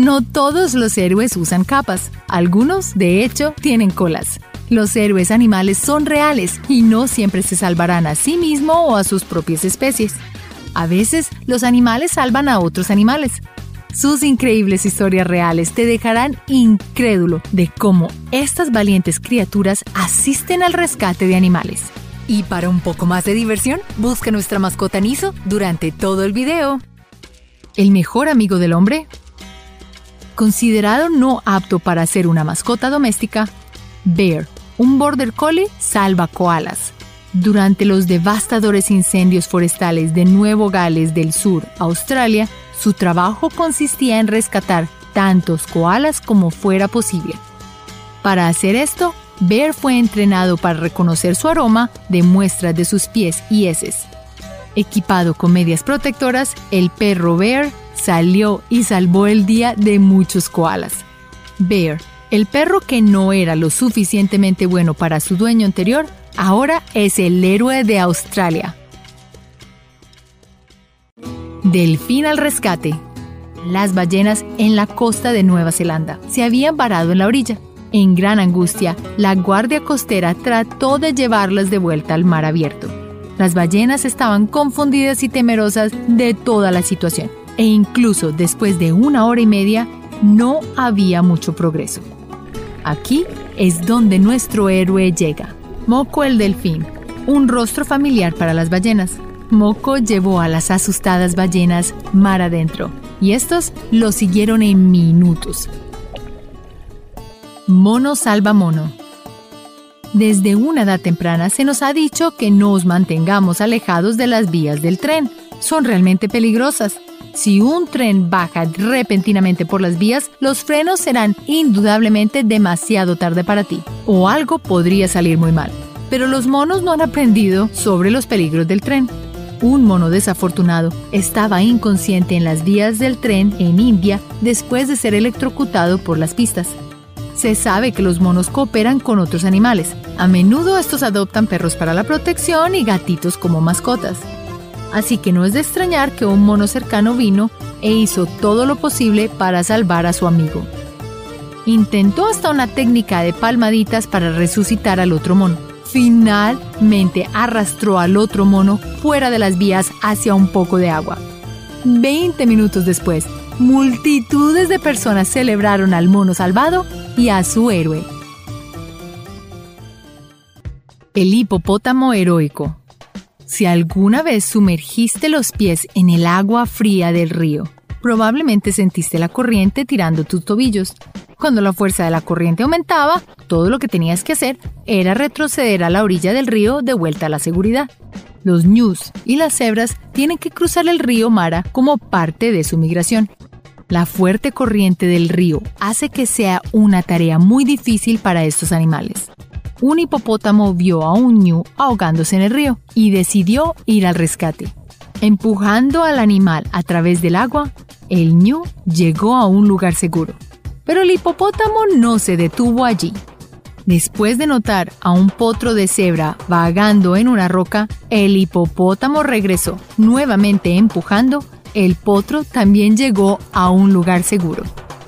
No todos los héroes usan capas. Algunos, de hecho, tienen colas. Los héroes animales son reales y no siempre se salvarán a sí mismo o a sus propias especies. A veces, los animales salvan a otros animales. Sus increíbles historias reales te dejarán incrédulo de cómo estas valientes criaturas asisten al rescate de animales. Y para un poco más de diversión, busca nuestra mascota Niso durante todo el video. ¿El mejor amigo del hombre? Considerado no apto para ser una mascota doméstica, Bear, un border collie, salva koalas. Durante los devastadores incendios forestales de Nuevo Gales del Sur, Australia, su trabajo consistía en rescatar tantos koalas como fuera posible. Para hacer esto, Bear fue entrenado para reconocer su aroma de muestras de sus pies y heces. Equipado con medias protectoras, el perro Bear salió y salvó el día de muchos koalas. Bear, el perro que no era lo suficientemente bueno para su dueño anterior, ahora es el héroe de Australia. Delfín al rescate. Las ballenas en la costa de Nueva Zelanda se habían varado en la orilla. En gran angustia, la guardia costera trató de llevarlas de vuelta al mar abierto. Las ballenas estaban confundidas y temerosas de toda la situación, e incluso después de 1 hora y media, no había mucho progreso. Aquí es donde nuestro héroe llega. Moko el delfín, un rostro familiar para las ballenas. Moko llevó a las asustadas ballenas mar adentro, y estos lo siguieron en minutos. Mono salva mono. Desde una edad temprana se nos ha dicho que nos mantengamos alejados de las vías del tren. Son realmente peligrosas. Si un tren baja repentinamente por las vías, los frenos serán indudablemente demasiado tarde para ti, o algo podría salir muy mal. Pero los monos no han aprendido sobre los peligros del tren. Un mono desafortunado estaba inconsciente en las vías del tren en India después de ser electrocutado por las pistas. Se sabe que los monos cooperan con otros animales. A menudo estos adoptan perros para la protección y gatitos como mascotas. Así que no es de extrañar que un mono cercano vino e hizo todo lo posible para salvar a su amigo. Intentó hasta una técnica de palmaditas para resucitar al otro mono. Finalmente arrastró al otro mono fuera de las vías hacia un poco de agua. 20 minutos después, multitudes de personas celebraron al mono salvado y a su héroe. El hipopótamo heroico. Si alguna vez sumergiste los pies en el agua fría del río, probablemente sentiste la corriente tirando tus tobillos. Cuando la fuerza de la corriente aumentaba, todo lo que tenías que hacer era retroceder a la orilla del río de vuelta a la seguridad. Los ñus y las cebras tienen que cruzar el río Mara como parte de su migración. La fuerte corriente del río hace que sea una tarea muy difícil para estos animales. Un hipopótamo vio a un ñu ahogándose en el río y decidió ir al rescate. Empujando al animal a través del agua, el ñu llegó a un lugar seguro. Pero el hipopótamo no se detuvo allí. Después de notar a un potro de cebra vagando en una roca, el hipopótamo regresó. Nuevamente empujando, el potro también llegó a un lugar seguro.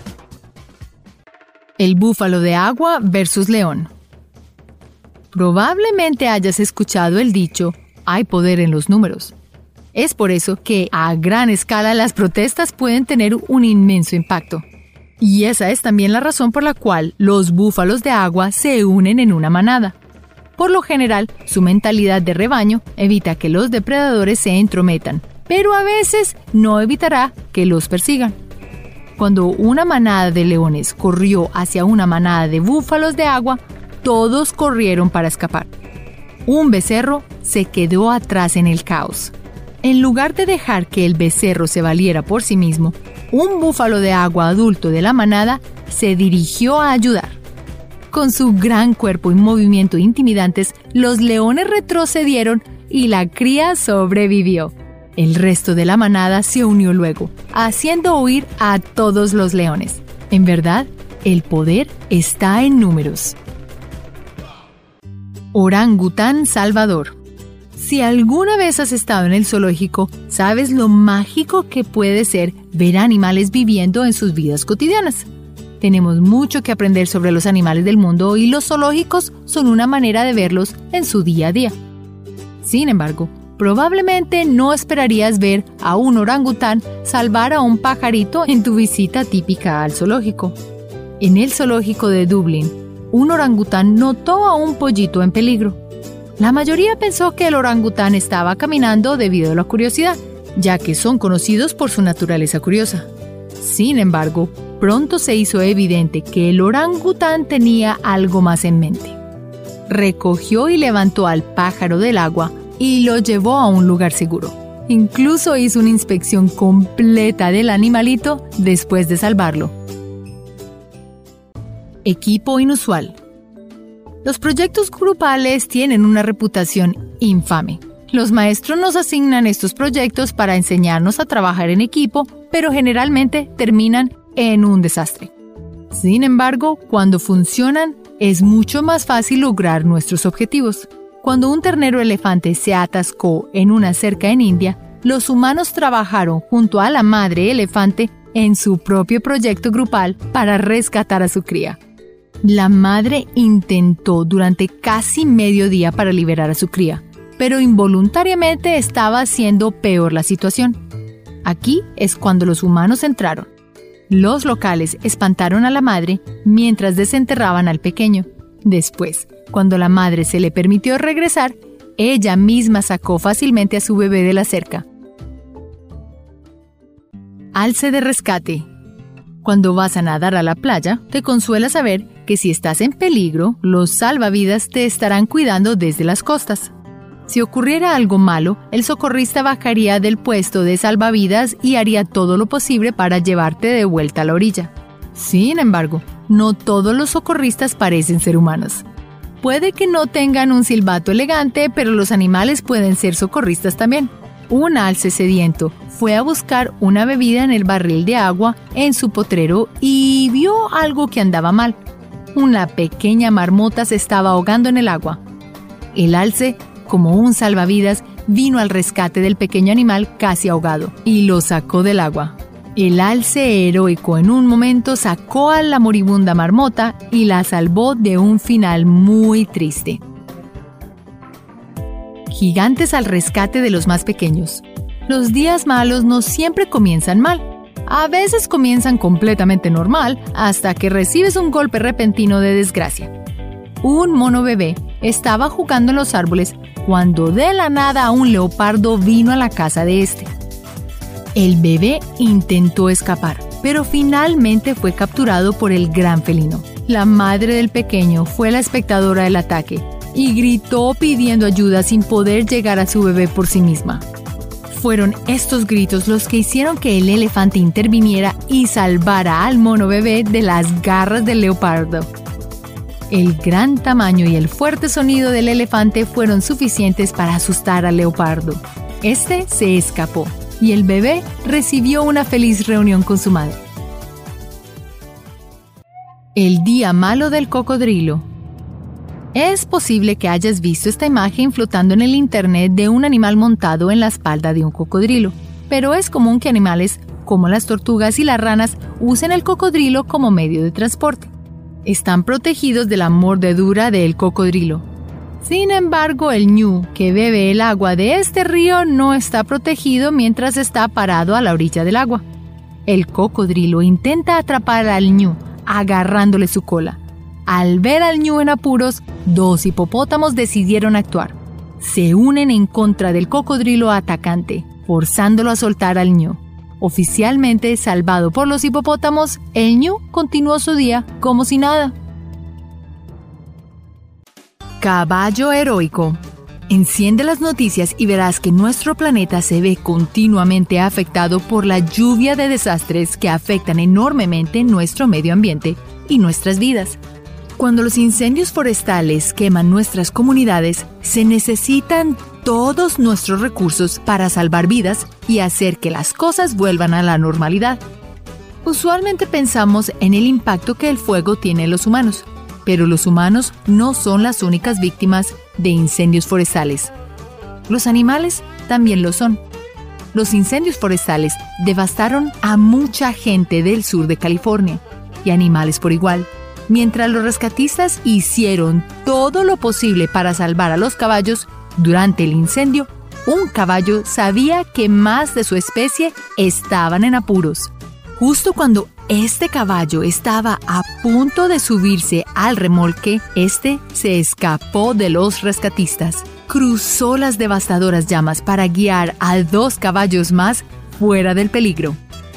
El búfalo de agua versus león. Probablemente hayas escuchado el dicho, hay poder en los números. Es por eso que a gran escala las protestas pueden tener un inmenso impacto. Y esa es también la razón por la cual los búfalos de agua se unen en una manada. Por lo general, su mentalidad de rebaño evita que los depredadores se entrometan, pero a veces no evitará que los persigan. Cuando una manada de leones corrió hacia una manada de búfalos de agua, todos corrieron para escapar. Un becerro se quedó atrás en el caos. En lugar de dejar que el becerro se valiera por sí mismo, un búfalo de agua adulto de la manada se dirigió a ayudar. Con su gran cuerpo y movimientos intimidantes, los leones retrocedieron y la cría sobrevivió. El resto de la manada se unió luego, haciendo huir a todos los leones. En verdad, el poder está en números. Orangután salvador. Si alguna vez has estado en el zoológico, sabes lo mágico que puede ser ver animales viviendo en sus vidas cotidianas. Tenemos mucho que aprender sobre los animales del mundo y los zoológicos son una manera de verlos en su día a día. Sin embargo, probablemente no esperarías ver a un orangután salvar a un pajarito en tu visita típica al zoológico. En el zoológico de Dublín, un orangután notó a un pollito en peligro. La mayoría pensó que el orangután estaba caminando debido a la curiosidad, ya que son conocidos por su naturaleza curiosa. Sin embargo, pronto se hizo evidente que el orangután tenía algo más en mente. Recogió y levantó al pájaro del agua y lo llevó a un lugar seguro. Incluso hizo una inspección completa del animalito después de salvarlo. Equipo inusual. Los proyectos grupales tienen una reputación infame. Los maestros nos asignan estos proyectos para enseñarnos a trabajar en equipo, pero generalmente terminan en un desastre. Sin embargo, cuando funcionan, es mucho más fácil lograr nuestros objetivos. Cuando un ternero elefante se atascó en una cerca en India, los humanos trabajaron junto a la madre elefante en su propio proyecto grupal para rescatar a su cría. La madre intentó durante casi medio día para liberar a su cría, pero involuntariamente estaba haciendo peor la situación. Aquí es cuando los humanos entraron. Los locales espantaron a la madre mientras desenterraban al pequeño. Después, cuando la madre se le permitió regresar, ella misma sacó fácilmente a su bebé de la cerca. Alce de rescate. Cuando vas a nadar a la playa, te consuela saber que si estás en peligro, los salvavidas te estarán cuidando desde las costas. Si ocurriera algo malo, el socorrista bajaría del puesto de salvavidas y haría todo lo posible para llevarte de vuelta a la orilla. Sin embargo, no todos los socorristas parecen ser humanos. Puede que no tengan un silbato elegante, pero los animales pueden ser socorristas también. Un alce sediento fue a buscar una bebida en el barril de agua en su potrero y vio algo que andaba mal. Una pequeña marmota se estaba ahogando en el agua. El alce, como un salvavidas, vino al rescate del pequeño animal casi ahogado y lo sacó del agua. El alce heroico en un momento sacó a la moribunda marmota y la salvó de un final muy triste. Gigantes al rescate de los más pequeños. Los días malos no siempre comienzan mal. A veces comienzan completamente normal hasta que recibes un golpe repentino de desgracia. Un mono bebé estaba jugando en los árboles cuando de la nada un leopardo vino a la casa de este. El bebé intentó escapar, pero finalmente fue capturado por el gran felino. La madre del pequeño fue la espectadora del ataque y gritó pidiendo ayuda sin poder llegar a su bebé por sí misma. Fueron estos gritos los que hicieron que el elefante interviniera y salvara al mono bebé de las garras del leopardo. El gran tamaño y el fuerte sonido del elefante fueron suficientes para asustar al leopardo. Este se escapó y el bebé recibió una feliz reunión con su madre. El día malo del cocodrilo. Es posible que hayas visto esta imagen flotando en el internet de un animal montado en la espalda de un cocodrilo, pero es común que animales como las tortugas y las ranas usen el cocodrilo como medio de transporte. Están protegidos de la mordedura del cocodrilo. Sin embargo, el ñu que bebe el agua de este río no está protegido mientras está parado a la orilla del agua. El cocodrilo intenta atrapar al ñu agarrándole su cola. Al ver al ñu en apuros, dos hipopótamos decidieron actuar. Se unen en contra del cocodrilo atacante, forzándolo a soltar al ñu. Oficialmente salvado por los hipopótamos, el ñu continuó su día como si nada. Caballo heroico. Enciende las noticias y verás que nuestro planeta se ve continuamente afectado por la lluvia de desastres que afectan enormemente nuestro medio ambiente y nuestras vidas. Cuando los incendios forestales queman nuestras comunidades, se necesitan todos nuestros recursos para salvar vidas y hacer que las cosas vuelvan a la normalidad. Usualmente pensamos en el impacto que el fuego tiene en los humanos, pero los humanos no son las únicas víctimas de incendios forestales. Los animales también lo son. Los incendios forestales devastaron a mucha gente del sur de California y animales por igual. Mientras los rescatistas hicieron todo lo posible para salvar a los caballos, durante el incendio, un caballo sabía que más de su especie estaban en apuros. Justo cuando este caballo estaba a punto de subirse al remolque, este se escapó de los rescatistas. Cruzó las devastadoras llamas para guiar a 2 caballos más fuera del peligro.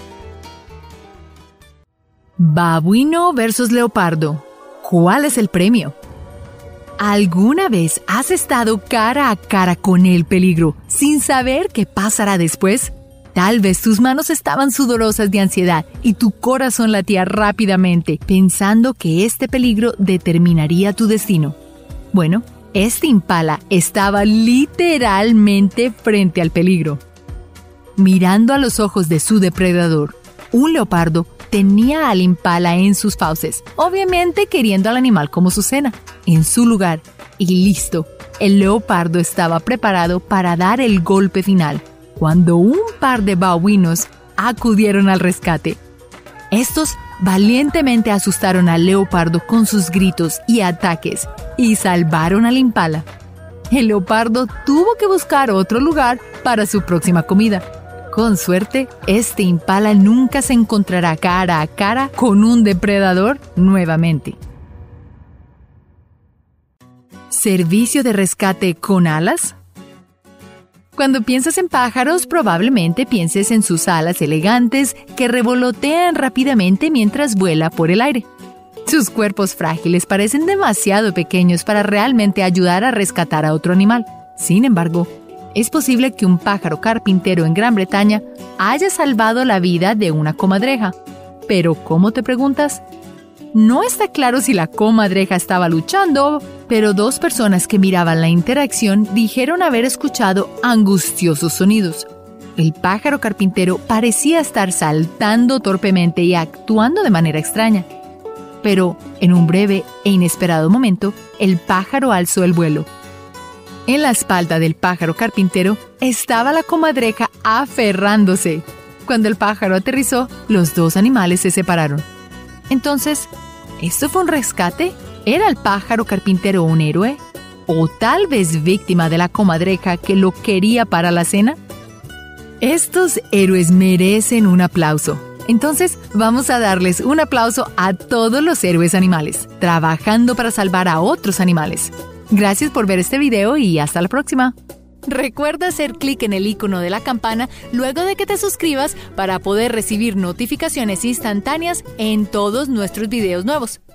Babuino versus leopardo. ¿Cuál es el premio? ¿Alguna vez has estado cara a cara con el peligro sin saber qué pasará después? Tal vez tus manos estaban sudorosas de ansiedad y tu corazón latía rápidamente, pensando que este peligro determinaría tu destino. Bueno, este impala estaba literalmente frente al peligro. Mirando a los ojos de su depredador, un leopardo tenía al impala en sus fauces, obviamente queriendo al animal como su cena, en su lugar. Y listo, el leopardo estaba preparado para dar el golpe final, cuando un par de babuinos acudieron al rescate. Estos valientemente asustaron al leopardo con sus gritos y ataques y salvaron al impala. El leopardo tuvo que buscar otro lugar para su próxima comida. Con suerte, este impala nunca se encontrará cara a cara con un depredador nuevamente. ¿Servicio de rescate con alas? Cuando piensas en pájaros, probablemente pienses en sus alas elegantes que revolotean rápidamente mientras vuela por el aire. Sus cuerpos frágiles parecen demasiado pequeños para realmente ayudar a rescatar a otro animal. Sin embargo, es posible que un pájaro carpintero en Gran Bretaña haya salvado la vida de una comadreja. Pero, ¿cómo te preguntas? No está claro si la comadreja estaba luchando, pero 2 personas que miraban la interacción dijeron haber escuchado angustiosos sonidos. El pájaro carpintero parecía estar saltando torpemente y actuando de manera extraña. Pero, en un breve e inesperado momento, el pájaro alzó el vuelo. En la espalda del pájaro carpintero estaba la comadreja aferrándose. Cuando el pájaro aterrizó, los 2 animales se separaron. Entonces, ¿esto fue un rescate? ¿Era el pájaro carpintero un héroe? ¿O tal vez víctima de la comadreja que lo quería para la cena? Estos héroes merecen un aplauso. Entonces, vamos a darles un aplauso a todos los héroes animales, trabajando para salvar a otros animales. Gracias por ver este video y hasta la próxima. Recuerda hacer clic en el icono de la campana luego de que te suscribas para poder recibir notificaciones instantáneas en todos nuestros videos nuevos.